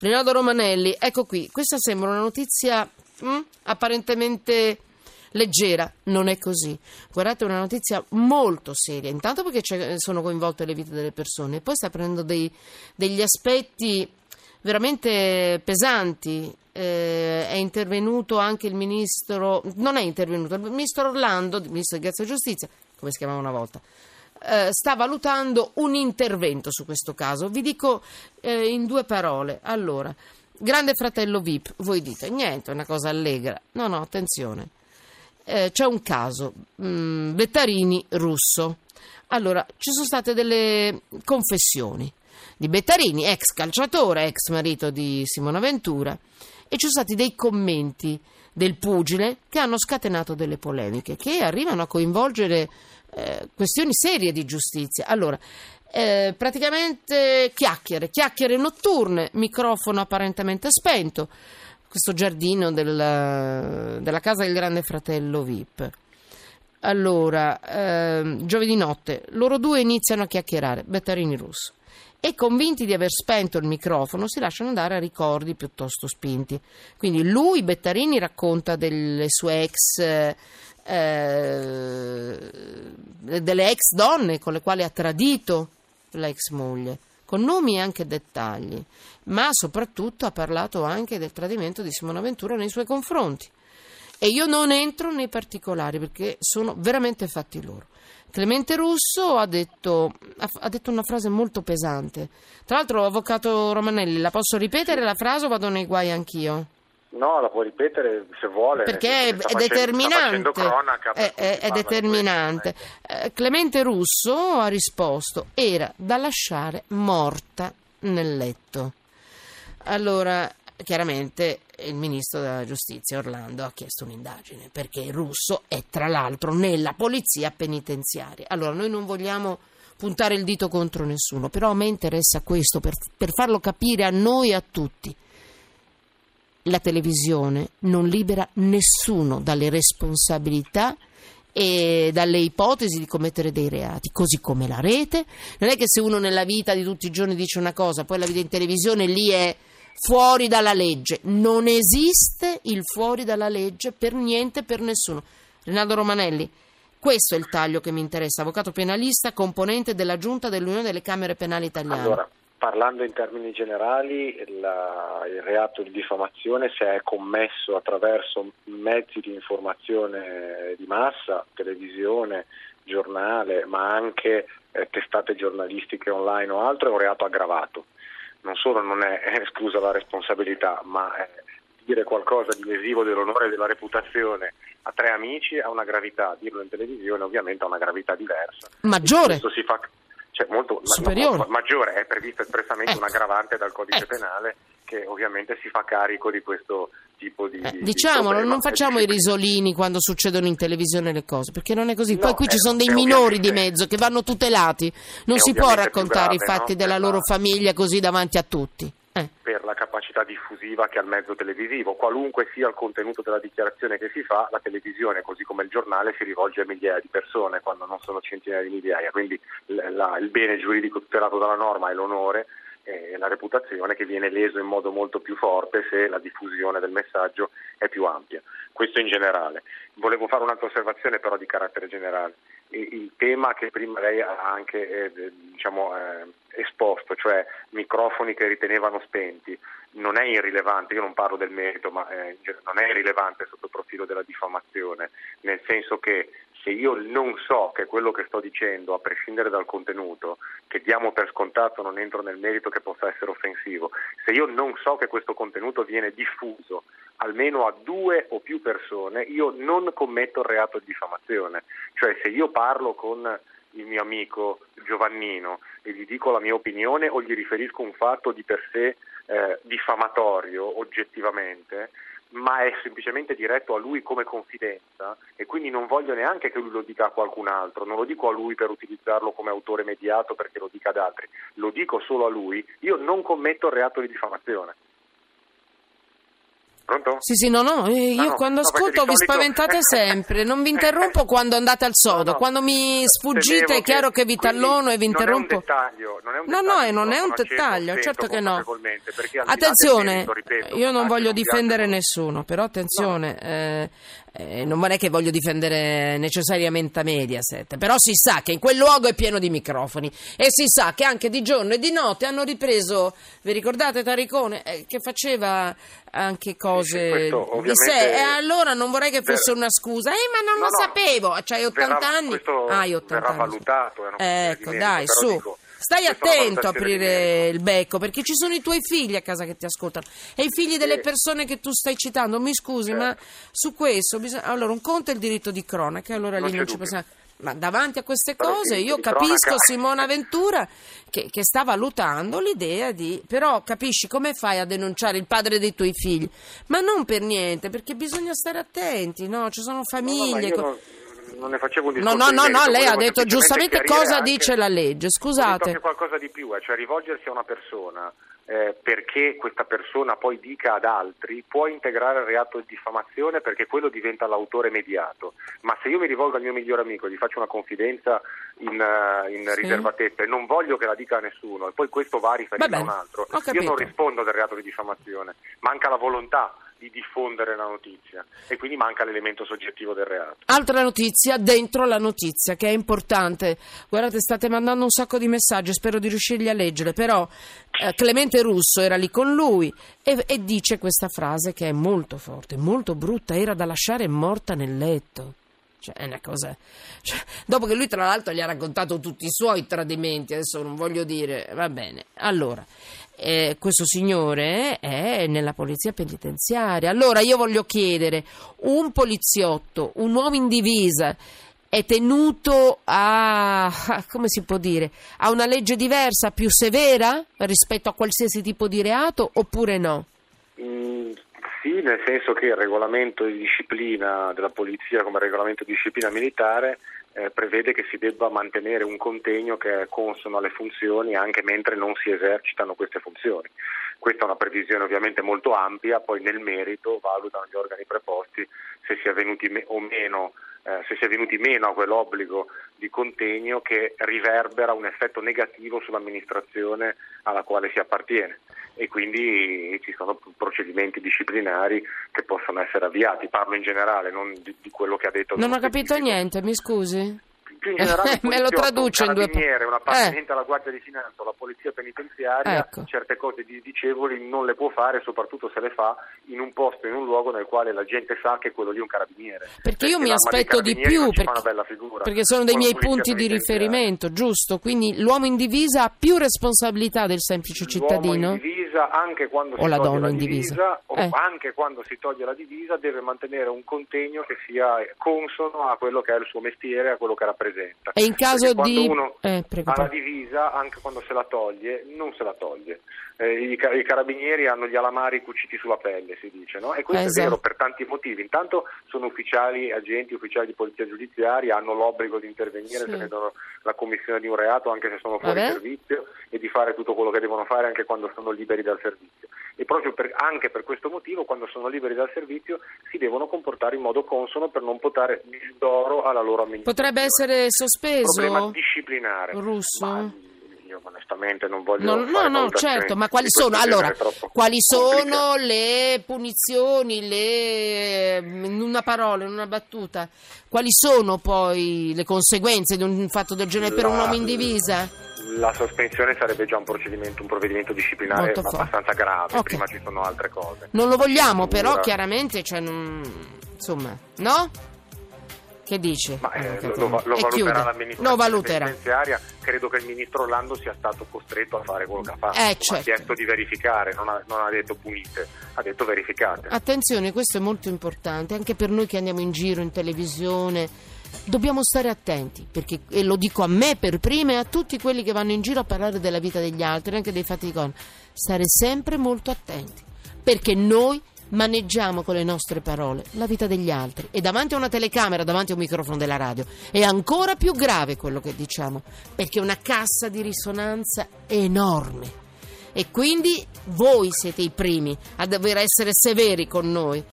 Rinaldo Romanelli, ecco qui, questa sembra una notizia apparentemente leggera, non è così. Guardate, è una notizia molto seria, intanto perché sono coinvolte le vite delle persone, e poi sta prendendo degli aspetti veramente pesanti. È intervenuto anche il ministro, non è intervenuto, il ministro Orlando, il ministro di Grazia e Giustizia, come si chiamava una volta, sta valutando un intervento su questo caso. Vi dico in 2 parole. Allora, Grande Fratello VIP, voi dite niente, è una cosa allegra. No, attenzione, c'è un caso, Bettarini Russo. Allora, ci sono state delle confessioni di Bettarini, ex calciatore, ex marito di Simona Ventura, e ci sono stati dei commenti del pugile che hanno scatenato delle polemiche che arrivano a coinvolgere questioni serie di giustizia. Allora, praticamente chiacchiere notturne, microfono apparentemente spento, questo giardino della casa del Grande Fratello VIP. Allora, giovedì notte loro due iniziano a chiacchierare, Bettarini Russo, e convinti di aver spento il microfono si lasciano andare a ricordi piuttosto spinti. Quindi lui, Bettarini, racconta delle sue delle ex donne con le quali ha tradito la ex moglie, con nomi e anche dettagli, ma soprattutto ha parlato anche del tradimento di Simona Ventura nei suoi confronti. E io non entro nei particolari perché sono veramente fatti loro. Clemente Russo ha detto una frase molto pesante. Tra l'altro, avvocato Romanelli, la posso ripetere la frase o vado nei guai anch'io? No, la puoi ripetere se vuole. Perché è determinante. È determinante. Clemente Russo ha risposto: era da lasciare morta nel letto. Allora, chiaramente il ministro della giustizia Orlando ha chiesto un'indagine perché Russo è tra l'altro nella polizia penitenziaria. Allora, noi non vogliamo puntare il dito contro nessuno, però a me interessa questo per farlo capire a noi e a tutti. La televisione non libera nessuno dalle responsabilità e dalle ipotesi di commettere dei reati, così come la rete. Non è che se uno nella vita di tutti i giorni dice una cosa, poi la vede in televisione, lì è fuori dalla legge. Non esiste il fuori dalla legge per niente, per nessuno. Rinaldo Romanelli, questo è il taglio che mi interessa, avvocato penalista, componente della Giunta dell'Unione delle Camere Penali Italiane. Allora, parlando in termini generali, il reato di diffamazione, se è commesso attraverso mezzi di informazione di massa, televisione, giornale, ma anche testate giornalistiche online o altro, è un reato aggravato. Non solo non è esclusa la responsabilità, ma dire qualcosa di lesivo dell'onore e della reputazione a 3 amici ha una gravità, dirlo in televisione ovviamente ha una gravità diversa. Maggiore. Questo si fa, molto superiore. Maggiore, è previsto espressamente un aggravante dal codice penale che ovviamente si fa carico di questo tipo di diciamolo, problema. non facciamo i risolini quando succedono in televisione le cose, perché non è così. Poi qui ci sono dei minori di mezzo che vanno tutelati, non si può raccontare grave, i fatti della loro famiglia così davanti a tutti. Per la capacità diffusiva che ha il mezzo televisivo, qualunque sia il contenuto della dichiarazione che si fa, la televisione, così come il giornale, si rivolge a migliaia di persone quando non sono centinaia di migliaia, quindi il bene giuridico tutelato dalla norma è l'onore e la reputazione che viene leso in modo molto più forte se la diffusione del messaggio è più ampia. Questo in generale. Volevo fare un'altra osservazione però di carattere generale. Il tema che prima lei ha anche esposto, cioè microfoni che ritenevano spenti, non è irrilevante, io non parlo del merito, ma non è irrilevante sotto il profilo della diffamazione, nel senso che se io non so che quello che sto dicendo, a prescindere dal contenuto, che diamo per scontato, non entro nel merito, che possa essere offensivo, se io non so che questo contenuto viene diffuso almeno a 2 o più persone, io non commetto il reato di diffamazione. Cioè se io parlo con il mio amico Giovannino e gli dico la mia opinione o gli riferisco un fatto di per sé diffamatorio oggettivamente, ma è semplicemente diretto a lui come confidenza e quindi non voglio neanche che lui lo dica a qualcun altro, non lo dico a lui per utilizzarlo come autore mediato perché lo dica ad altri, lo dico solo a lui, io non commetto il reato di diffamazione. Pronto? Sì, no, io quando ascolto vi spaventate sempre, non vi interrompo quando andate al sodo, quando mi sfuggite è chiaro che vi tallono e vi interrompo. Non è un dettaglio, certo che no. Attenzione, io non voglio difendere nessuno, però attenzione, non è che voglio difendere necessariamente Mediaset, però si sa che in quel luogo è pieno di microfoni e si sa che anche di giorno e di notte hanno ripreso, vi ricordate Taricone, che faceva anche cose di sé, e allora non vorrei che fosse una scusa, ma non lo sapevo, c'hai 80 anni, hai 80 verrà anni. Valutato, Ecco, dai, su. Dico, stai attento a aprire il becco, perché ci sono i tuoi figli a casa che ti ascoltano e i figli delle persone che tu stai citando. Mi scusi, ma su questo allora un conto è il diritto di cronaca, allora lì non ci possiamo. Ma davanti a queste cose io capisco Simona Ventura che sta valutando l'idea di... Però capisci, come fai a denunciare il padre dei tuoi figli? Ma non per niente, perché bisogna stare attenti, no? Ci sono famiglie... Non ne facevo un discorso. No, lei ha detto giustamente cosa dice la legge, scusate. Ho detto qualcosa di più, cioè rivolgersi a una persona perché questa persona poi dica ad altri può integrare il reato di diffamazione, perché quello diventa l'autore mediato. Ma se io mi rivolgo al mio migliore amico e gli faccio una confidenza in riservatezza e non voglio che la dica a nessuno e poi questo va a riferire a un altro, io non rispondo del reato di diffamazione, manca la volontà di diffondere la notizia e quindi manca l'elemento soggettivo del reato. Altra notizia dentro la notizia che è importante, guardate, state mandando un sacco di messaggi, spero di riuscirli a leggere, però Clemente Russo era lì con lui e dice questa frase che è molto forte, molto brutta, era da lasciare morta nel letto. Cioè è una cosa, dopo che lui tra l'altro gli ha raccontato tutti i suoi tradimenti, adesso non voglio dire, va bene, allora questo signore è nella polizia penitenziaria. Allora io voglio chiedere, un poliziotto, un uomo in divisa è tenuto a, come si può dire, a una legge diversa, più severa rispetto a qualsiasi tipo di reato, oppure no? Sì, nel senso che il regolamento di disciplina della polizia, come il regolamento di disciplina militare, prevede che si debba mantenere un contegno che è consono alle funzioni anche mentre non si esercitano queste funzioni. Questa è una previsione ovviamente molto ampia, poi nel merito valutano gli organi preposti se si è venuti meno a quell'obbligo di contegno che riverbera un effetto negativo sull'amministrazione alla quale si appartiene, e quindi ci sono procedimenti disciplinari che possono essere avviati. Parlo in generale, non di quello che ha detto. Non ho capito niente, mi scusi. Più in generale, me lo traduce in due parole. Un appartenente alla Guardia di Finanza o alla Polizia Penitenziaria, certe cose disdicevoli non le può fare, soprattutto se le fa in un posto, in un luogo nel quale la gente sa che quello lì è un carabiniere. Perché io mi aspetto di più, perché sono dei miei punti di riferimento, giusto? Quindi l'uomo in divisa ha più responsabilità del semplice cittadino? L'uomo in divisa, anche quando si toglie la divisa, o anche quando si toglie la divisa, deve mantenere un contegno che sia consono a quello che è il suo mestiere, a quello che rappresenta. E in caso di uno ha la divisa, anche quando se la toglie, non se la toglie. I carabinieri hanno gli alamari cuciti sulla pelle, si dice, no? E questo è vero per tanti motivi. Intanto sono ufficiali di polizia giudiziaria, hanno l'obbligo di intervenire se vedono la commissione di un reato, anche se sono fuori servizio, e di fare tutto quello che devono fare anche quando sono liberi dal servizio. E proprio anche per questo motivo, quando sono liberi dal servizio, si devono comportare in modo consono per non portare disdoro alla loro amministrazione. Potrebbe essere sospeso? Problema disciplinare. Russo? Io onestamente non voglio no, certo, ma quali sono? Allora, quali sono le punizioni, in una parola, in una battuta, quali sono poi le conseguenze di un fatto del genere per un uomo in divisa? La sospensione sarebbe già un provvedimento disciplinare abbastanza grave, prima ci sono altre cose. Non lo vogliamo, però chiaramente, insomma, no? Che dice? Lo valuterà l'amministrazione penitenziaria. Credo che il ministro Orlando sia stato costretto a fare quello che ha fatto. Certo. Ha chiesto di verificare, non ha detto punite, ha detto verificate. Attenzione, questo è molto importante, anche per noi che andiamo in giro in televisione. Dobbiamo stare attenti, perché, e lo dico a me per prima e a tutti quelli che vanno in giro a parlare della vita degli altri, anche dei fatti di cronaca, stare sempre molto attenti, perché noi maneggiamo con le nostre parole la vita degli altri, e davanti a una telecamera, davanti a un microfono della radio è ancora più grave quello che diciamo, perché è una cassa di risonanza enorme. e quindi voi siete i primi a dover essere severi con noi.